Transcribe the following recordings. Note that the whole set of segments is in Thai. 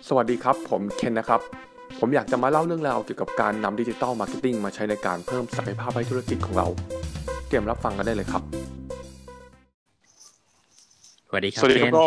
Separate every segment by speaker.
Speaker 1: สวัสดีครับผมเคนนะครับผมอยากจะมาเล่าเรื่องราวเกี่ยวกับการนำดิจิทัลมาร์เก็ตติ้งมาใช้ในการเพิ่มศักยภาพให้ธุรกิจของเราเตรียมรับฟังกันได้เลยครับ
Speaker 2: สวัสดีค
Speaker 3: สวัสดี
Speaker 2: รับเคน
Speaker 3: ครับก็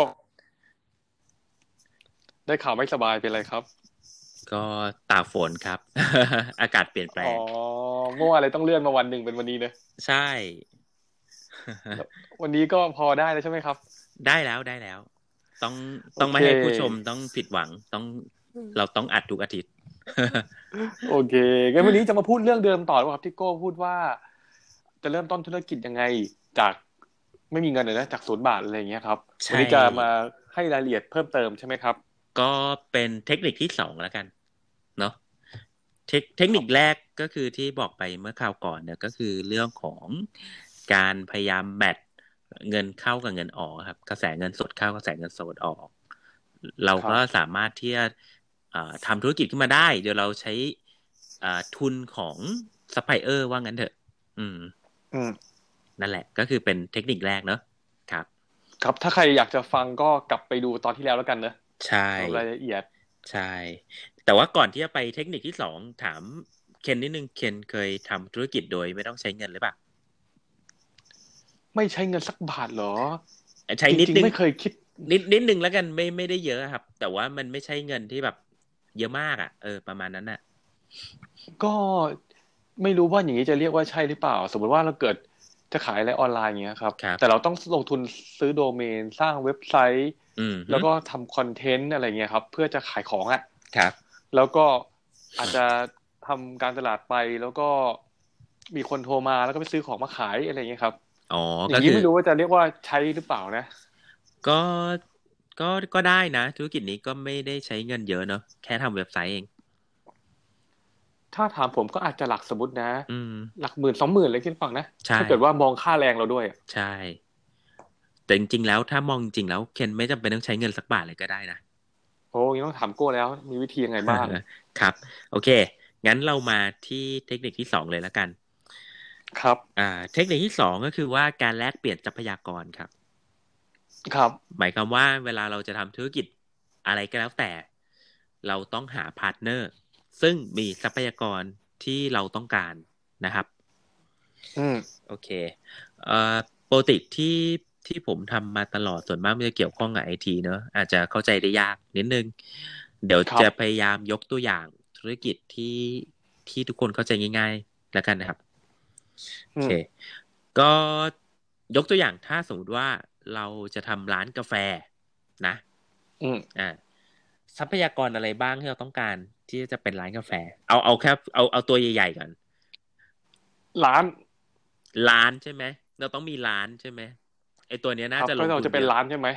Speaker 3: ได้ข่าวไม่สบายเป็นไรครับ
Speaker 2: ก็ตากฝนครับ อากาศเปลี่ยนแปล
Speaker 3: อ๋อ
Speaker 2: ง
Speaker 3: เมื่อวานเลยต้องเลื่อนมาวันหนึ่งเป็นวันนี้เนอะ
Speaker 2: ใช่
Speaker 3: แล้ววันนี้ก็พอได้แล้วใช่ไหมครับ
Speaker 2: ได้แล้วต้อง
Speaker 3: โอเค
Speaker 2: ต้องไม่ให้ผู้ชมต้องผิดหวังเราต้องอัดทุกอาทิตย์
Speaker 3: โอเคงั้นวันนี้จะมาพูดเรื่องเดิมต่อครับที่โก้พูดว่าจะเริ่มต้นธุรกิจยังไงจากไม่มีเงินเลยนะจาก0 บาทอะไรอย่างเงี้ยครับวัน
Speaker 2: ใช่
Speaker 3: นี้จะมาให้รายละเอียดเพิ่มเติมใช่ไหมครับ
Speaker 2: ก็เป็นเทคนิคที่สองแล้วกันเนาะเทค
Speaker 3: ครับ
Speaker 2: นิคแรกก็คือที่บอกไปเมื่อคราวก่อนเนี่ยก็คือเรื่องของการพยายามแมทเงินเข้ากับเงินออกครับกระแสเงินสดเข้ากระแสเงินสดออกเราก็
Speaker 3: ครับ
Speaker 2: สามารถที่จะทำธุรกิจขึ้นมาได้เดี๋ยวเราใช้ทุนของซัพพลายเออร์ว่างั้นเถอะอืม
Speaker 3: อืม
Speaker 2: นั่นแหละก็คือเป็นเทคนิคแรกเนอะครับ
Speaker 3: ครับถ้าใครอยากจะฟังก็กลับไปดูตอนที่แล้วกันนะ
Speaker 2: ใช่
Speaker 3: สำหรับรายละเอียด
Speaker 2: ใช่แต่ว่าก่อนที่จะไปเทคนิคที่สองถามเคนนิดนึงเคนเคยทำธุรกิจโดยไม่ต้องใช้เงินหรือเปล่า
Speaker 3: ไม่ใช้เงินสักบาทเหรอ
Speaker 2: ใช้
Speaker 3: จริงๆ
Speaker 2: นิดนึง
Speaker 3: ไม่เคยคิด
Speaker 2: นิดนึงแล้วกันไม่ได้เยอะครับแต่ว่ามันไม่ใช่เงินที่แบบเยอะมากประมาณนั้นน่ะ
Speaker 3: ก็ไม่รู้ว่าอย่างนี้จะเรียกว่าใช่หรือเปล่าสมมติว่าเราเกิดจะขายอะไรออนไลน์อย่างเงี้ยครับ
Speaker 2: ครับ
Speaker 3: แต่เราต้องลงทุนซื้อโดเมนสร้างเว็บไซต์
Speaker 2: อืมฮึ
Speaker 3: แล้วก็ทำคอนเทนต์อะไรเงี้ยครับเพื่อจะขายของอ่ะ
Speaker 2: ครับ
Speaker 3: แล้วก็อาจจะทำการตลาดไปแล้วก็มีคนโทรมาแล้วก็ไปซื้อของมาขายอะไรเงี้ยครับ
Speaker 2: อ๋อ
Speaker 3: อย่างนี้
Speaker 2: ก็คือ
Speaker 3: ไม่รู้ว่าจะเรียกว่าใช้หรือเปล่านะ
Speaker 2: ก็ก็ได้นะธุรกิจนี้ก็ไม่ได้ใช้เงินเยอะเนอะแค่ทำเว็บไซต์เอง
Speaker 3: ถ้าถามผมก็อาจจะหลักสมมตินะ
Speaker 2: อืม
Speaker 3: หลัก10,000 20,000เลยคิดฟังนะ
Speaker 2: ใช่
Speaker 3: ถ้าเกิดว่ามองค่าแรงเราด้วยอะ
Speaker 2: ใช่แต่จริงๆแล้วถ้ามองจริงแล้วเคนไม่จำเป็นต้องใช้เงินสักบาทเลยก็ได้นะ
Speaker 3: โอ้ยังต้องถามโก้แล้วมีวิธียังไงบ้าง
Speaker 2: ครับโอเคงั้นเรามาที่เทคนิคที่สองเลยแล้วกัน
Speaker 3: ครับ
Speaker 2: เทคนิคที่สองก็คือว่าการแลกเปลี่ยนทรัพยากรครับ
Speaker 3: ครับ
Speaker 2: หมายความว่าเวลาเราจะทำธุรกิจอะไรก็แล้วแต่เราต้องหาพาร์ทเนอร์ซึ่งมีทรัพยากรที่เราต้องการนะครับ
Speaker 3: อืม
Speaker 2: โอเคโปรเจกต์ที่ผมทำมาตลอดส่วนมากมันจะเกี่ยวข้องกับไอทีเนอะอาจจะเข้าใจได้ยากนิดนึงเดี๋ยว
Speaker 3: ครับ
Speaker 2: จะพยายามยกตัวอย่างธุรกิจที่ทุกคนเข้าใจง่ายๆแล้วกันนะครับโอเค
Speaker 3: อืม
Speaker 2: ก็ยกตัวอย่างถ้าสมมติว่าเราจะทำร้านกาแฟนะ
Speaker 3: อืม
Speaker 2: อ่าทรัพยากรอะไรบ้างที่เราต้องการที่จะเป็นร้านกาแฟเอาแค่เอาตัวใหญ่ๆก่อน
Speaker 3: ร้าน
Speaker 2: ร้านใช่ไหมเราต้องมีร้านใช่ไหมไอตัวเนี้ย
Speaker 3: ครับ
Speaker 2: น่าจะล
Speaker 3: ถ้าเราจะเป็น
Speaker 2: งทุนเยอะ
Speaker 3: ร้านใช่ไหม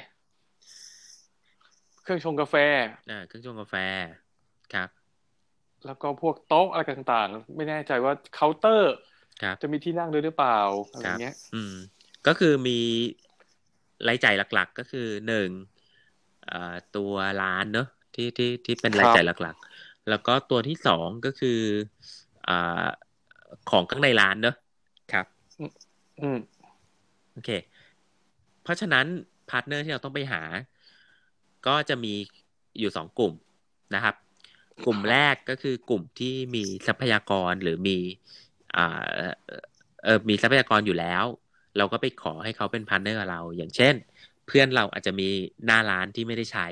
Speaker 3: เครื่องชงกาแฟ
Speaker 2: เครื่องชงกาแฟครับ
Speaker 3: แล้วก็พวกโต๊ะอะไรต่างๆไม่แน่ใจว่าเคาน์เตอร์
Speaker 2: ครับ
Speaker 3: จะมีที่นั่งด้วยหรือเปล่าอะไร
Speaker 2: ครับ
Speaker 3: เงี้ย
Speaker 2: อืมก็คือมีรายจ่ายหลักๆก็คือหนึ่งตัวร้านเนอะที่เป็นราย
Speaker 3: ครับ
Speaker 2: จ่ายหลักๆแล้วก็ตัวที่สองก็คืออ่าของข้างในร้านเนอะครับ
Speaker 3: อืมอืม
Speaker 2: โอเคเพราะฉะนั้นพาร์ทเนอร์ที่เราต้องไปหาก็จะมีอยู่สองกลุ่มนะครับกลุ่มแร
Speaker 3: ครับ
Speaker 2: กก็คือกลุ่มที่มีทรัพยากรหรือมีอ่ามีทรัพยากรอยู่แล้วเราก็ไปขอให้เขาเป็นพาร์ทเนอร์กับเราอย่างเช่นเพื่อนเราอาจจะมีหน้าร้านที่ไม่ได้ใช้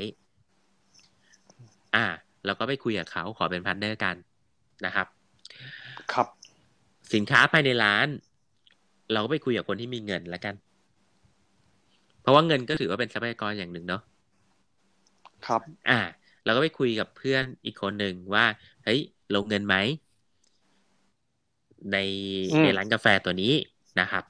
Speaker 2: เราก็ไปคุยกับเขาขอเป็นพาร์ทเนอร์กันนะครับ
Speaker 3: ครับ
Speaker 2: สินค้าภายในร้านเราก็ไปคุยกับคนที่มีเงินแล้วกันเพราะว่าเงินก็ถือว่าเป็นทรัพยากรอย่างหนึ่งเนาะ
Speaker 3: ครับ
Speaker 2: เราก็ไปคุยกับเพื่อนอีกคนหนึ่งว่าเฮ้ยลงเงินไหมใน
Speaker 3: อืม
Speaker 2: ในร้านกาแฟตัวนี้นะครับ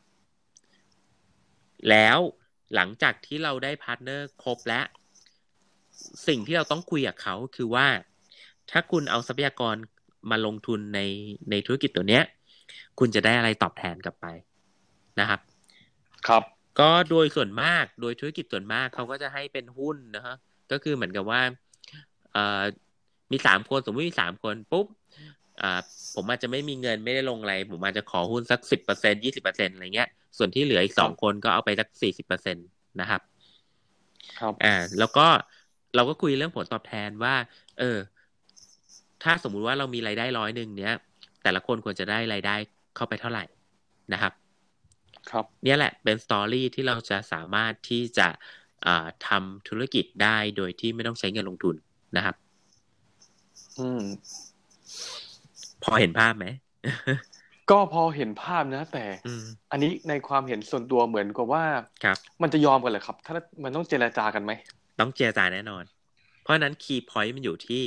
Speaker 2: แล้วหลังจากที่เราได้พาร์ทเนอร์ครบแล้วสิ่งที่เราต้องคุยกับเขาคือว่าถ้าคุณเอาทรัพยากรมาลงทุนในธุรกิจตัวเนี้ยคุณจะได้อะไรตอบแทนกลับไปนะครับ
Speaker 3: ครับ
Speaker 2: ก็โดยส่วนมากโดยธุรกิจส่วนมากเขาก็จะให้เป็นหุ้นนะฮะก็คือเหมือนกับว่าเอ่อมี3 คนสมมติมี3 คนปุ๊บอ่าผมอาจจะไม่มีเงินไม่ได้ลงอะไรผมอาจจะขอหุ้นสัก10% 20%อะไรเงี้ยส่วนที่เหลืออีก
Speaker 3: ครับ
Speaker 2: 2 คนก็เอาไปสัก40%นะครับ
Speaker 3: ครับ
Speaker 2: แล้วก็เราก็คุยเรื่องผลตอบแทนว่า ถ้าสมมุติว่าเรามีรายได้100เนี้ยแต่ละคนควรจะได้รายได้เข้าไปเท่าไหร่นะครับ
Speaker 3: ครับ
Speaker 2: เนี่ยแหละเป็นสตอรี่ที่เราจะสามารถที่จะทำธุรกิจได้โดยที่ไม่ต้องใช้เงินลงทุนนะครับพอเห็นภาพไหม
Speaker 3: ก็พอเห็นภาพนะแต่อันนี้ในความเห็นส่วนตัวเหมือนกับว่ามันจะยอมกันเหรอครับถ้ามันต้องเจรจากันไหม
Speaker 2: ต้องเจรจาแน่นอนเพราะนั้นคีย์พอยต์มันอยู่ที่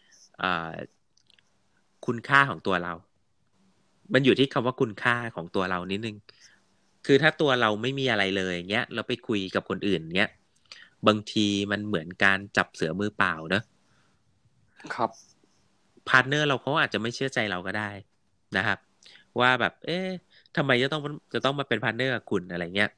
Speaker 2: คุณค่าของตัวเรามันอยู่ที่คำว่าคุณค่าของตัวเรานิดนึงคือถ้าตัวเราไม่มีอะไรเลยเงี้ยเราไปคุยกับคนอื่นเงี้ยบางทีมันเหมือนการจับเสือมือเปล่าเนอะ
Speaker 3: ครับ
Speaker 2: พาร์ทเนอร์เราเขาอาจจะไม่เชื่อใจเราก็ได้นะครับว่าแบบทำไมจะต้องมาเป็นพาร์ทเนอร์กับคุณอะไรเงี้ย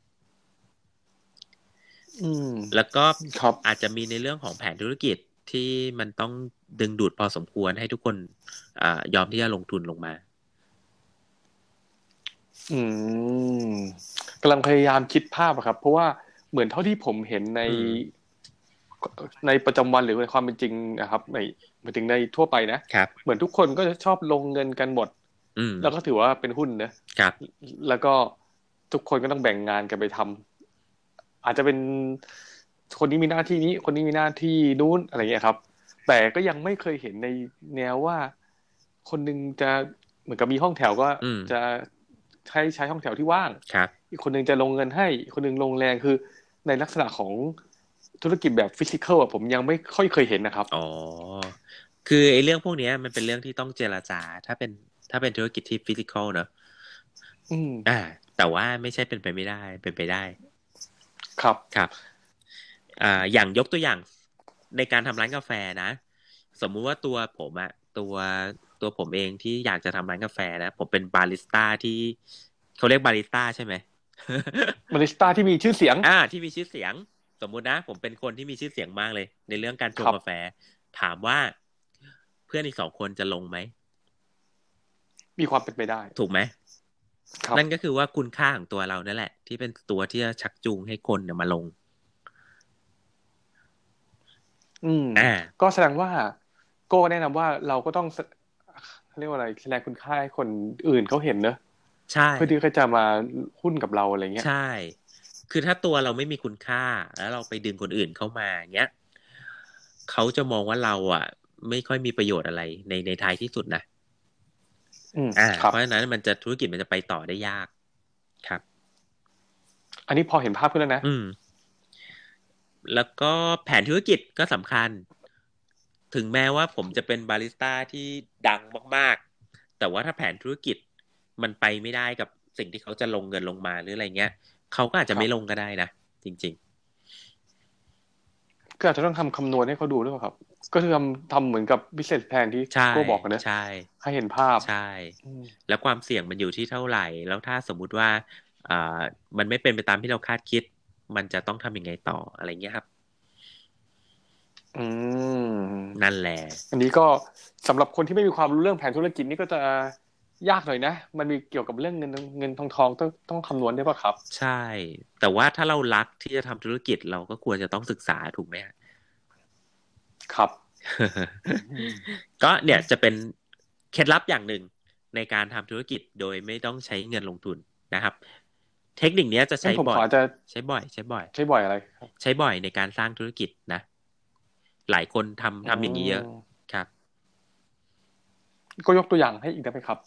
Speaker 2: แล้วก็อาจจะมีในเรื่องของแผนธุรกิจที่มันต้องดึงดูดพอสมควรให้ทุกคนยอมที่จะลงทุนลงมาก
Speaker 3: ำลังพยายามคิดภาพครับเพราะว่าเหมือนเท่าที่ผมเห็นในประจำวันหรือในความเป็นจริงนะครับหมายถึงในทั่วไปนะครับเหมือนทุกคนก็จะชอบลงเงินกันหมดแล้วก็ถือว่าเป็นหุ้น
Speaker 2: นะครับ
Speaker 3: แล้วก็ทุกคนก็ต้องแบ่งงานกันไปทำอาจจะเป็นคนนี้มีหน้าที่นี้คนนี้มีหน้าที่นู้นอะไรเงี้ยครับแต่ก็ยังไม่เคยเห็นในแนวว่าคนนึงจะเหมือนกับมีห้องแถวก็จะใช้ห้องแถวที่ว่างอีกคนนึงจะลงเงินให้อีกคนนึงลงแรงคือในลักษณะของธุรกิจแบบฟิสิกอลผมยังไม่ค่อยเคยเห็นนะครับ
Speaker 2: อ๋อคือไอ้เรื่องพวกนี้มันเป็นเรื่องที่ต้องเจรจาถ้าเป็นธุรกิจที่ฟิสิกอลเนอะแต่ว่าไม่ใช่เป็นไปไม่ได้เป็นไปได้ครับอย่างยกตัวอย่างในการทำร้านกาแฟนะสมมุติว่าตัวผมตัวผมเองที่อยากจะทำร้านกาแฟนะผมเป็นบาริสต้าที่เขาเรียกบาริสต้าใช่ไหม
Speaker 3: บาริสต้าที่มีชื่อเสียง
Speaker 2: ที่มีชื่อเสียงสมมุตินะผมเป็นคนที่มีชื่อเสียงมากเลยในเรื่องการชงกาแฟถามว่าเพื่อนอีก2 คนจะลงไหม
Speaker 3: มีความเป็นไปได้
Speaker 2: ถูกไหมนั่นก็คือว่าคุณค่าของตัวเรานั่นแหละที่เป็นตัวที่จะชักจูงให้คนเนี่ยมาลง
Speaker 3: ก็แสดงว่าโก้แนะนำว่าเราก็ต้องเรียกว่าอะไรแสดงคุณค่าให้คนอื่นเขาเห็นเนอะ
Speaker 2: ใช่
Speaker 3: เพื่อที่เขาจะมาหุ้นกับเราอะไรเงี้ย
Speaker 2: ใช่คือถ้าตัวเราไม่มีคุณค่าแล้วเราไปดึงคนอื่นเข้ามาเงี้ยเขาจะมองว่าเราไม่ค่อยมีประโยชน์อะไรในท้ายที่สุดนะเพราะฉะนั้นธุรกิจมันจะไปต่อได้ยากครับ
Speaker 3: อันนี้พอเห็นภาพขึ้นแล้วนะ
Speaker 2: แล้วก็แผนธุรกิจก็สำคัญถึงแม้ว่าผมจะเป็นบาริสต้าที่ดังมากๆแต่ว่าถ้าแผนธุรกิจมันไปไม่ได้กับสิ่งที่เขาจะลงเงินลงมาหรืออะไรเงี้ยเขาก็อาจจะไม่ลงก็ได้นะจริง
Speaker 3: ๆก็อาจจะต้องทำคำนวณให้เขาดูด้วยครับก็คือทำเหมือนกับ business plan ที่โก้บอกกันนะให้เห็นภาพ
Speaker 2: ใช่แล้วความเสี่ยงมันอยู่ที่เท่าไหร่แล้วถ้าสมมุติว่ามันไม่เป็นไปตามที่เราคาดคิดมันจะต้องทำยังไงต่ออะไรเงี้ยครับนั่นแหละ
Speaker 3: อันนี้ก็สำหรับคนที่ไม่มีความรู้เรื่องแผนธุรกิจนี่ก็จะยากหน่อยนะมันมีเกี่ยวกับเรื่องเงินทองต้องคำนวณได้ป่ะครับ
Speaker 2: ใช่แต่ว่าถ้าเรารักที่จะทำธุรกิจเราก็ควรจะต้องศึกษาถูกไหม
Speaker 3: ครับ
Speaker 2: ก็เนี่ยจะเป็นเคล็ดลับอย่างหนึ่งในการทำธุรกิจโดยไม่ต้องใช้เงินลงทุนนะครับเทคนิคนี้จะใช้บ่อยใช้บ่อย
Speaker 3: อะไร
Speaker 2: ใช้บ่อยในการสร้างธุรกิจนะหลายคนทำอย่างนี้เยอะครับ
Speaker 3: ก็ยกตัวอย่างให้อีกได้ไหมครับ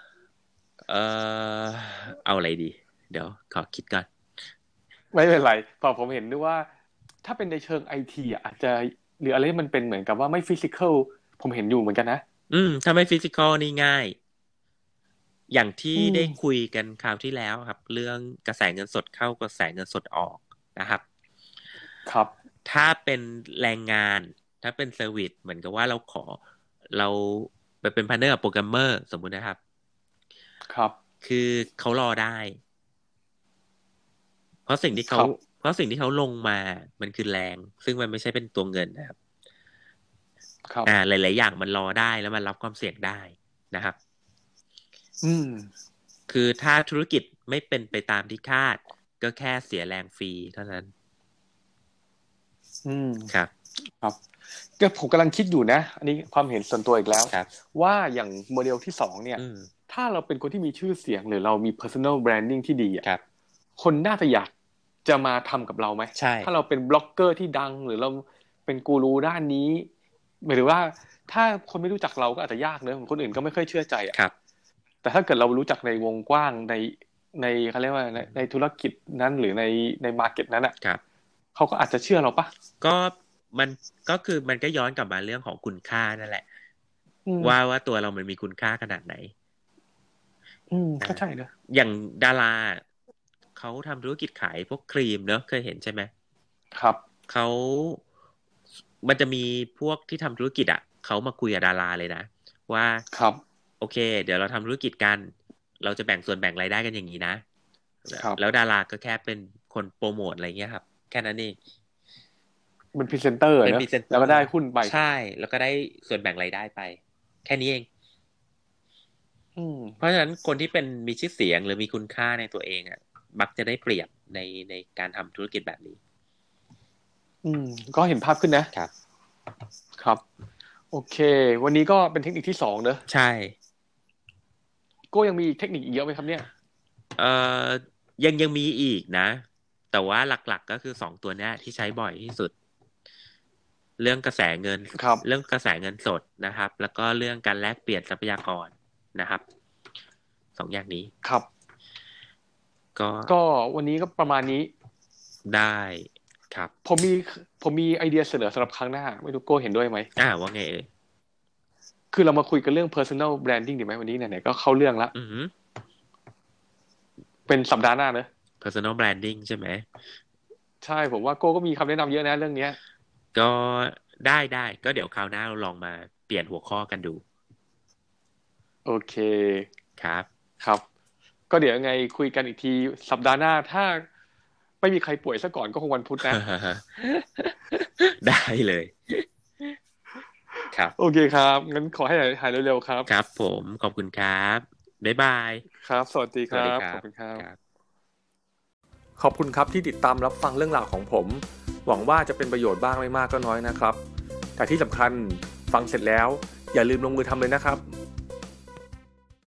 Speaker 2: เอาอะไรดีเดี๋ยวขอคิดก่อน
Speaker 3: ไม่เป็นไรพอผมเห็นด้วยว่าถ้าเป็นในเชิง IT อาจจะหรืออะไรมันเป็นเหมือนกับว่าไม่ฟิสิกอลผมเห็นอยู่เหมือนกันนะ
Speaker 2: ถ้าไม่ฟิสิกอลนี่ง่ายอย่างที่ได้คุยกันคราวที่แล้วครับเรื่องกระแสเงินสดเข้ากระแสเงินสดออกนะครับ
Speaker 3: ครับ
Speaker 2: ถ้าเป็นแรงงานถ้าเป็นเซอร์วิสเหมือนกับว่าเราไปเป็นพาร์ทเนอร์กับโปรแกรมเมอร์สมมุตินะครับคือเขารอได้เพราะสิ่งที่เขาลงมามันคือแรงซึ่งมันไม่ใช่เป็นตัวเงินนะครับหลายๆอย่างมันรอได้แล้วมันรับความเสี่ยงได้นะครับคือถ้าธุรกิจไม่เป็นไปตามที่คาดก็แค่เสียแรงฟรีเท่านั้นครับ
Speaker 3: ครับก็ผมกำลังคิดอยู่นะอันนี้ความเห็นส่วนตัวอีกแล้ว
Speaker 2: ครับ
Speaker 3: ว่าอย่างโมเดลที่2เนี่ยถ้าเราเป็นคนที่มีชื่อเสียงหรือเรามี personal branding ที่ดีอ่ะ
Speaker 2: ครับ
Speaker 3: คนน่าจะอยากจะมาทำกับเราไหม
Speaker 2: ใช่
Speaker 3: ถ้าเราเป็นบล็อกเกอร์ที่ดังหรือเราเป็นกูรูด้านนี้หมายถึงว่าถ้าคนไม่รู้จักเราก็อาจจะยากเนอะคนอื่นก็ไม่ค่อยเชื่อใจอ่ะ
Speaker 2: ครับ
Speaker 3: แต่ถ้าเกิดเรารู้จักในวงกว้างในเขาเรียกว่าในธุรกิจนั้นหรือในมาร์เก็ตนั้นอ่ะ
Speaker 2: ครับ
Speaker 3: เขาก็อาจจะเชื่อเราปะ
Speaker 2: ก็มันก็ย้อนกลับมาเรื่องของคุณค่านั่นแหละว่าตัวเรามันมีคุณค่าขนาดไหน
Speaker 3: ก็ใช่นะ
Speaker 2: อย่างดาราเขาทำธุรกิจขายพวกครีมเนอะเคยเห็นใช่ไหม
Speaker 3: ครับ
Speaker 2: มันจะมีพวกที่ทำธุรกิจอ่ะเขามาคุยกับดาราเลยนะว่า
Speaker 3: ครับ
Speaker 2: โอเคเดี๋ยวเราทำธุรกิจกันเราจะแบ่งส่วนแบ่งรายได้กันอย่างนี้นะแล้วดาราก็แค่เป็นคนโปรโมทอะไรเงี้ยครับแค่นั้นเอง
Speaker 3: เป็นพรีเซนเตอร์นะแล้วก็ได้หุ้นไป
Speaker 2: ใช่แล้วก็ได้ส่วนแบ่งรายได้ไปแค่นี้เองเพราะฉะนั้นคนที่เป็นมีชื่อเสียงหรือมีคุณค่าในตัวเองอ่ะมักจะได้เปรียบในการทำธุรกิจแบบนี้
Speaker 3: ก็เห็นภาพขึ้นนะครับครับโอเควันนี้ก็เป็นเทคนิคที่2เนอะ
Speaker 2: ใช่
Speaker 3: ก็ยังมีเทคนิคอีกเยอะไหมครับเนี่ย
Speaker 2: ยังมีอีกนะแต่ว่าหลักๆก็คือ2ตัวเนี้ยที่ใช้บ่อยที่สุดเรื่องกระแสเงินเรื่องกระแสเงินสดนะครับแล้วก็เรื่องการแลกเปลี่ยนทรัพยากรนะครับ2อย่างนี้
Speaker 3: ครับก็วันนี้ก็ประมาณนี้
Speaker 2: ได้ครับ
Speaker 3: ผมมีไอเดียเสนอสำหรับครั้งหน้าไม่รู้โก้เห็นด้วยไหม
Speaker 2: ว่าไงเอ่ย
Speaker 3: คือเรามาคุยกันเรื่อง personal branding ดีไหมวันนี้ไหนๆก็เข้าเรื่องละเป็นสัปดาห์หน้าเนอะ
Speaker 2: personal branding ใช่ไหม
Speaker 3: ใช่ผมว่าโก้ก็มีคำแนะนำเยอะนะเรื่องนี้
Speaker 2: ก็ได้ก็เดี๋ยวคราวหน้าเราลองมาเปลี่ยนหัวข้อกันดู
Speaker 3: โอเค
Speaker 2: ครับ
Speaker 3: ก็เดี๋ยวยังไงคุยกันอีกทีสัปดาห์หน้าถ้าไม่มีใครป่วยซะก่อนก็คงวันพุธนะ
Speaker 2: ได้เลยครับ
Speaker 3: โอเคครับงั้นขอให้หายเร็วๆครับ
Speaker 2: ครับผมขอบคุณครับบ๊ายบาย
Speaker 3: ครับสวัสดีครับขอบคุณครับ
Speaker 1: ขอบคุณครับที่ติดตามรับฟังเรื่องราวของผมหวังว่าจะเป็นประโยชน์บ้างไม่มากก็น้อยนะครับแต่ที่สำคัญฟังเสร็จแล้วอย่าลืมลงมือทำเลยนะครับ